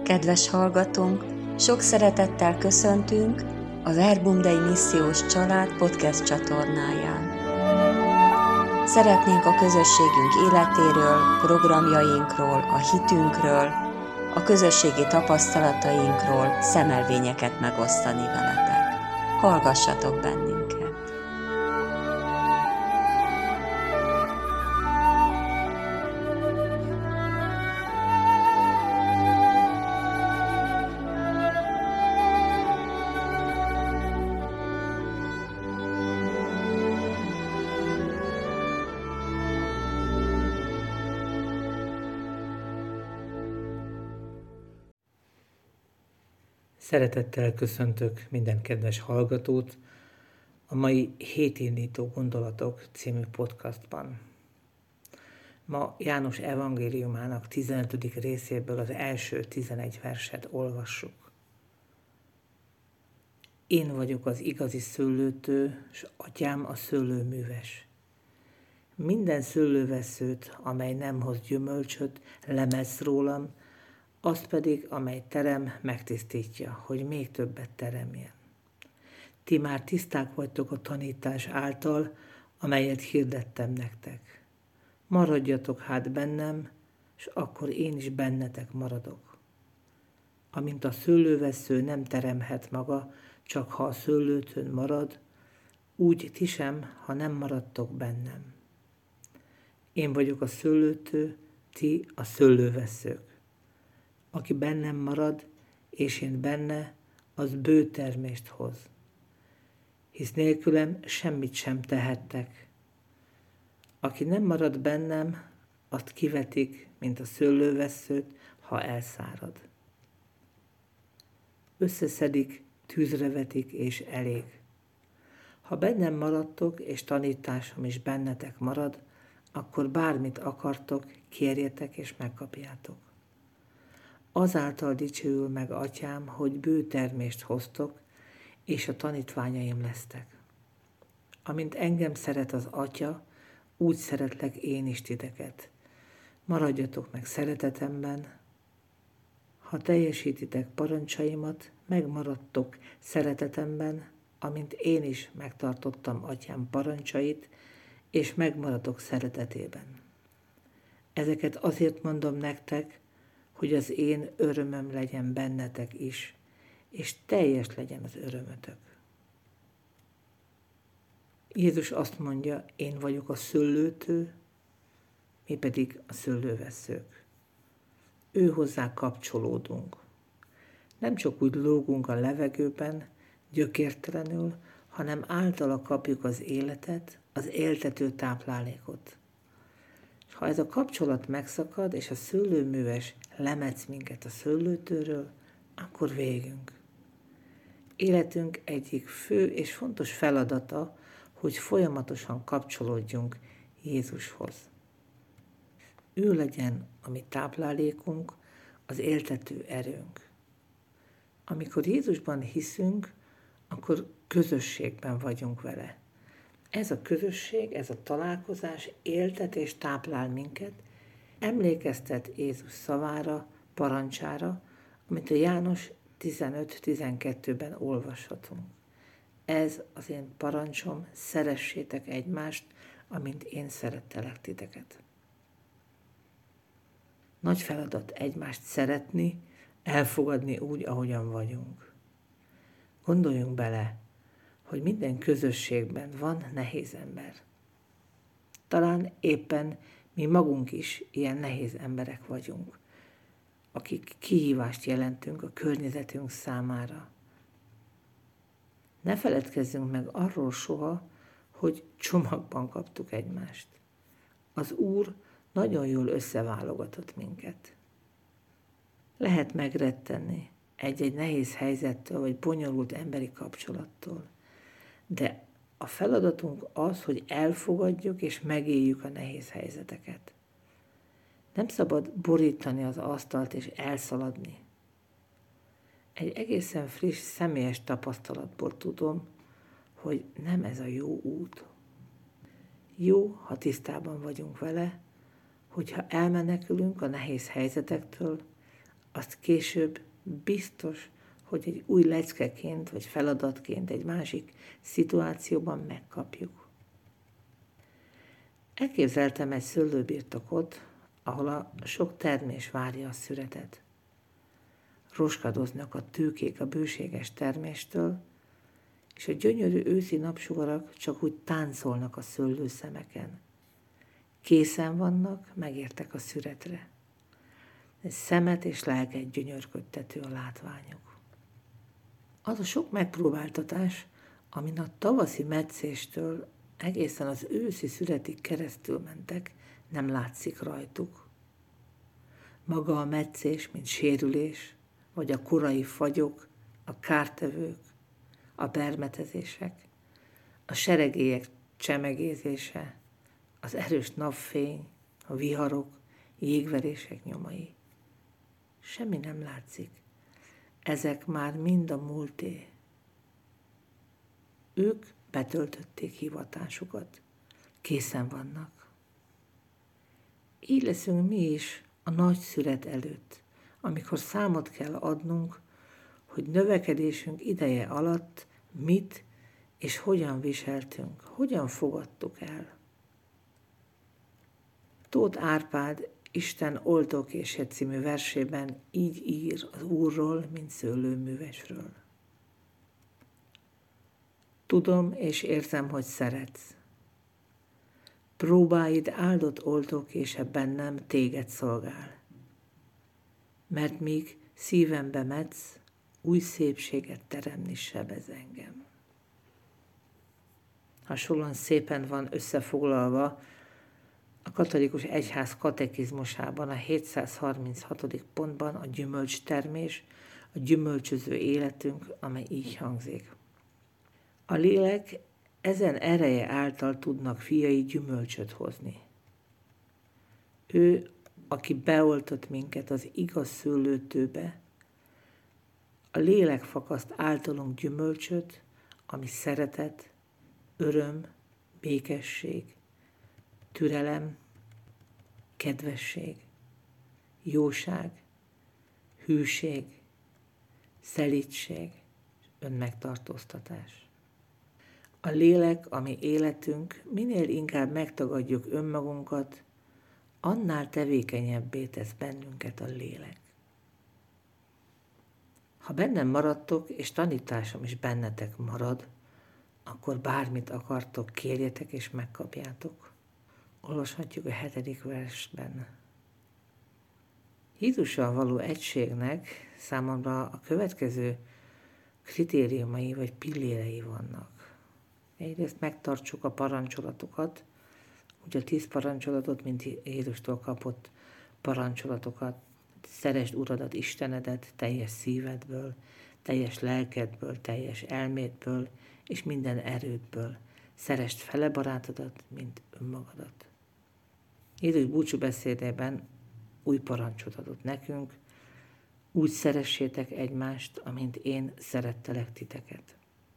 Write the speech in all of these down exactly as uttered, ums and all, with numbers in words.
Kedves hallgatónk, sok szeretettel köszöntünk a Verbum Dei Missziós Család podcast csatornáján. Szeretnénk a közösségünk életéről, programjainkról, a hitünkről, a közösségi tapasztalatainkról szemelvényeket megosztani veletek. Hallgassatok bennünket! Szeretettel köszöntök minden kedves hallgatót a mai Hétindító Gondolatok című podcastban. Ma János evangéliumának tizenötödik részéből az első tizenegy verset olvassuk. Én vagyok az igazi szőlőtő, s atyám a szőlőműves. Minden szőlővesszőt, amely nem hoz gyümölcsöt, lemez rólam, azt pedig, amely terem, megtisztítja, hogy még többet teremjen. Ti már tiszták vagytok a tanítás által, amelyet hirdettem nektek. Maradjatok hát bennem, és akkor én is bennetek maradok. Amint a szőlővessző nem teremhet maga, csak ha a szőlőtőn marad, úgy ti sem, ha nem maradtok bennem. Én vagyok a szőlőtő, ti a szőlővesszők. Aki bennem marad, és én benne, az bő termést hoz. Hisz nélkülem semmit sem tehettek. Aki nem marad bennem, azt kivetik, mint a szőlővesszőt, ha elszárad. Összeszedik, tűzre vetik, és elég. Ha bennem maradtok, és tanításom is bennetek marad, akkor bármit akartok, kérjetek, és megkapjátok. Azáltal dicsőül meg atyám, hogy bő termést hoztok, és a tanítványaim lesztek. Amint engem szeret az atya, úgy szeretlek én is titeket. Maradjatok meg szeretetemben. Ha teljesítitek parancsaimat, megmaradtok szeretetemben, amint én is megtartottam atyám parancsait, és megmaradok szeretetében. Ezeket azért mondom nektek, hogy az én örömöm legyen bennetek is, és teljes legyen az örömötök. Jézus azt mondja, én vagyok a szőlőtő, mi pedig a szőlővesszők. Ő hozzá kapcsolódunk. Nem csak úgy lógunk a levegőben, gyökértelenül, hanem általa kapjuk az életet, az éltető táplálékot. Ha ez a kapcsolat megszakad, és a szőlőműves lemetsz minket a szőlőtőről, akkor végünk. Életünk egyik fő és fontos feladata, hogy folyamatosan kapcsolódjunk Jézushoz. Ő legyen a mi táplálékunk, az éltető erőnk. Amikor Jézusban hiszünk, akkor közösségben vagyunk vele. Ez a közösség, ez a találkozás éltet és táplál minket, emlékeztet Jézus szavára, parancsára, amit a János tizenöt tizenkettőben olvashatunk. Ez az én parancsom, szeressétek egymást, amint én szerettelek titeket. Nagy feladat egymást szeretni, elfogadni úgy, ahogyan vagyunk. Gondoljunk bele, hogy minden közösségben van nehéz ember. Talán éppen mi magunk is ilyen nehéz emberek vagyunk, akik kihívást jelentünk a környezetünk számára. Ne feledkezzünk meg arról soha, hogy csomagban kaptuk egymást. Az Úr nagyon jól összeválogatott minket. Lehet megrettenni egy-egy nehéz helyzettől, vagy bonyolult emberi kapcsolattól, de a feladatunk az, hogy elfogadjuk és megéljük a nehéz helyzeteket. Nem szabad borítani az asztalt és elszaladni. Egy egészen friss, személyes tapasztalatból tudom, hogy nem ez a jó út. Jó, ha tisztában vagyunk vele, hogyha elmenekülünk a nehéz helyzetektől, azt később biztos, hogy egy új leckeként vagy feladatként egy másik szituációban megkapjuk. Elképzeltem egy szőlőbirtokot, ahol a sok termés várja a szüretet. Roskadoznak a tőkék a bőséges terméstől, és a gyönyörű őszi napsugarak csak úgy táncolnak a szőlőszemeken. Készen vannak, megértek a szüretre. Ez szemet és lelket gyönyörködtető a látványuk. Az a sok megpróbáltatás, amin a tavaszi metszéstől egészen az őszi szüretig keresztül mentek, nem látszik rajtuk. Maga a metszés, mint sérülés, vagy a korai fagyok, a kártevők, a bermetezések, a seregélyek csemegézése, az erős napfény, a viharok, jégverések nyomai. Semmi nem látszik. Ezek már mind a múlté. Ők betöltötték hivatásukat. Készen vannak. Így leszünk mi is a nagy szüret előtt, amikor számot kell adnunk, hogy növekedésünk ideje alatt mit és hogyan viseltünk, hogyan fogadtuk el. Tóth Árpád Isten oltókése című versében így ír az Úrról, mint szőlőművesről. Tudom és érzem, hogy szeretsz. Próbáid áldott oltókése bennem téged szolgál. Mert míg szívembe metsz, új szépséget teremni sebez engem. Hasonlóan szépen van összefoglalva a katolikus egyház katekizmusában, a hétszázharminchatodik pontban a gyümölcstermés, a gyümölcsöző életünk, amely így hangzik. A lélek ezen ereje által tudnak fiai gyümölcsöt hozni. Ő, aki beoltott minket az igaz szőlőtőbe, a lélek fakaszt általunk gyümölcsöt, ami szeretet, öröm, békesség, türelem, kedvesség, jóság, hűség, szelídség, önmegtartóztatás. A lélek, ami életünk, minél inkább megtagadjuk önmagunkat, annál tevékenyebbé tesz bennünket a lélek. Ha bennem maradtok, és tanításom is bennetek marad, akkor bármit akartok, kérjetek és megkapjátok. Olvashatjuk a hetedik versben. Jézussal való egységnek számomra a következő kritériumai vagy pillérei vannak. Egyrészt megtartsuk a parancsolatokat, úgy a tíz parancsolatot, mint Jézustól kapott parancsolatokat. Szeresd Uradat, Istenedet teljes szívedből, teljes lelkedből, teljes elmédből és minden erődből. Szeresd fele barátodat, mint önmagadat. Jézus búcsúbeszédében új parancsot adott nekünk, úgy szeressétek egymást, amint én szerettelek titeket.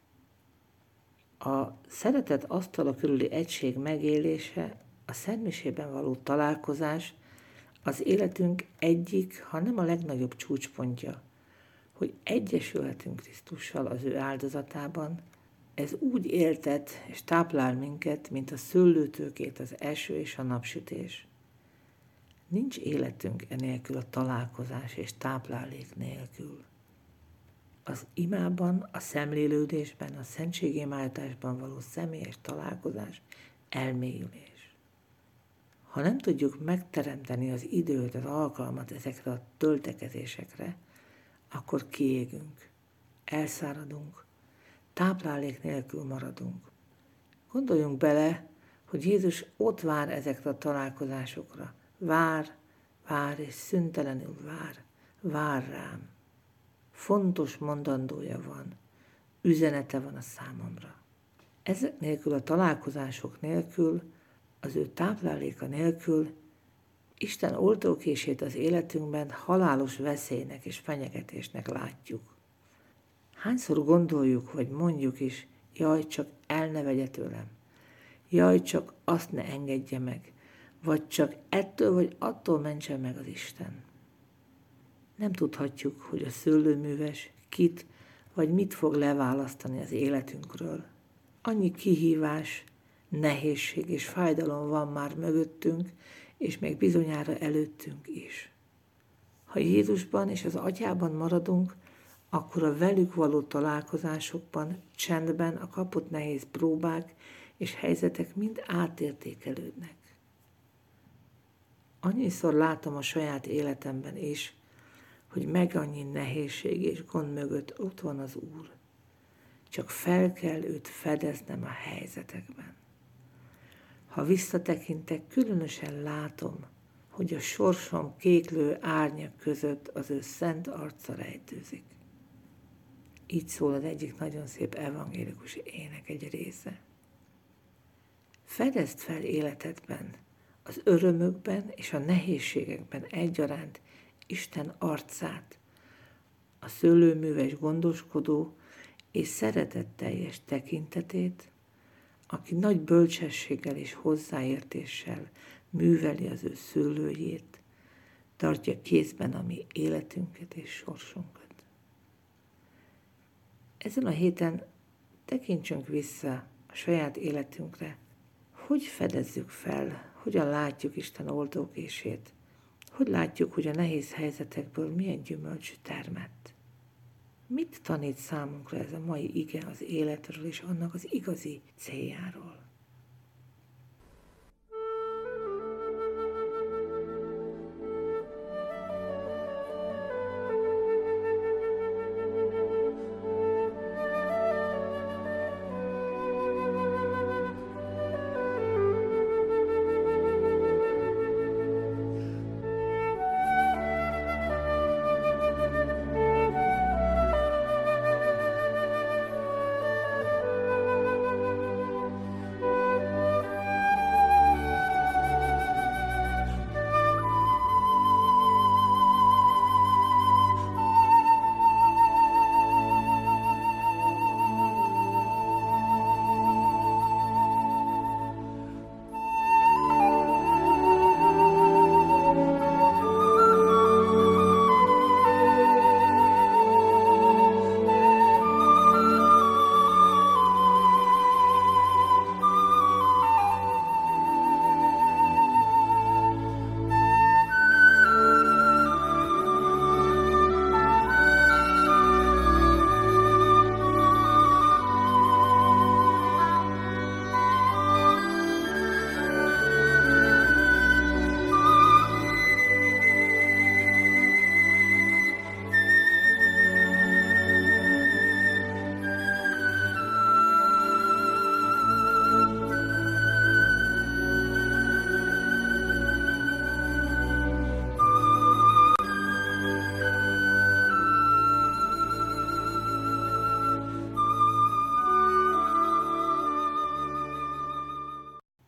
A szeretet asztala körüli egység megélése, a szentmisében való találkozás az életünk egyik, ha nem a legnagyobb csúcspontja, hogy egyesülhetünk Krisztussal az ő áldozatában. Ez úgy éltet és táplál minket, mint a szőlőtőkét az eső és a napsütés. Nincs életünk enélkül, a találkozás és táplálék nélkül. Az imában, a szemlélődésben, a szentségimádásban való személyes találkozás, elmélyülés. Ha nem tudjuk megteremteni az időt, az alkalmat ezekre a töltekezésekre, akkor kiégünk, elszáradunk, táplálék nélkül maradunk. Gondoljunk bele, hogy Jézus ott vár ezekre a találkozásokra. Vár, vár és szüntelenül vár, vár rám. Fontos mondandója van, üzenete van a számomra. Ezek nélkül, a találkozások nélkül, az ő tápláléka nélkül Isten oltókését az életünkben halálos veszélynek és fenyegetésnek látjuk. Hányszor gondoljuk, vagy mondjuk is, jaj, csak el ne vegye tőlem, jaj, csak azt ne engedje meg, vagy csak ettől vagy attól mentse meg az Isten. Nem tudhatjuk, hogy a szőlőműves kit vagy mit fog leválasztani az életünkről. Annyi kihívás, nehézség és fájdalom van már mögöttünk, és még bizonyára előttünk is. Ha Jézusban és az Atyában maradunk, akkor a velük való találkozásokban, csendben a kapott nehéz próbák és helyzetek mind átértékelődnek. Annyiszor látom a saját életemben is, hogy meg annyi nehézség és gond mögött ott van az Úr. Csak fel kell őt fedeznem a helyzetekben. Ha visszatekintek, különösen látom, hogy a sorsom kéklő árnyak között az ő szent arca rejtőzik. Így szól az egyik nagyon szép evangélikus ének egy része. Fedezd fel életedben, az örömökben és a nehézségekben egyaránt Isten arcát, a szőlőműves gondoskodó és szeretetteljes tekintetét, aki nagy bölcsességgel és hozzáértéssel műveli az ő szőlőjét, tartja kézben a mi életünket és sorsunkat. Ezen a héten tekintsünk vissza a saját életünkre, hogy fedezzük fel, hogyan látjuk Isten oldókését, hogy látjuk, hogy a nehéz helyzetekből milyen gyümölcs termett. Mit tanít számunkra ez a mai ige az életről és annak az igazi céljáról?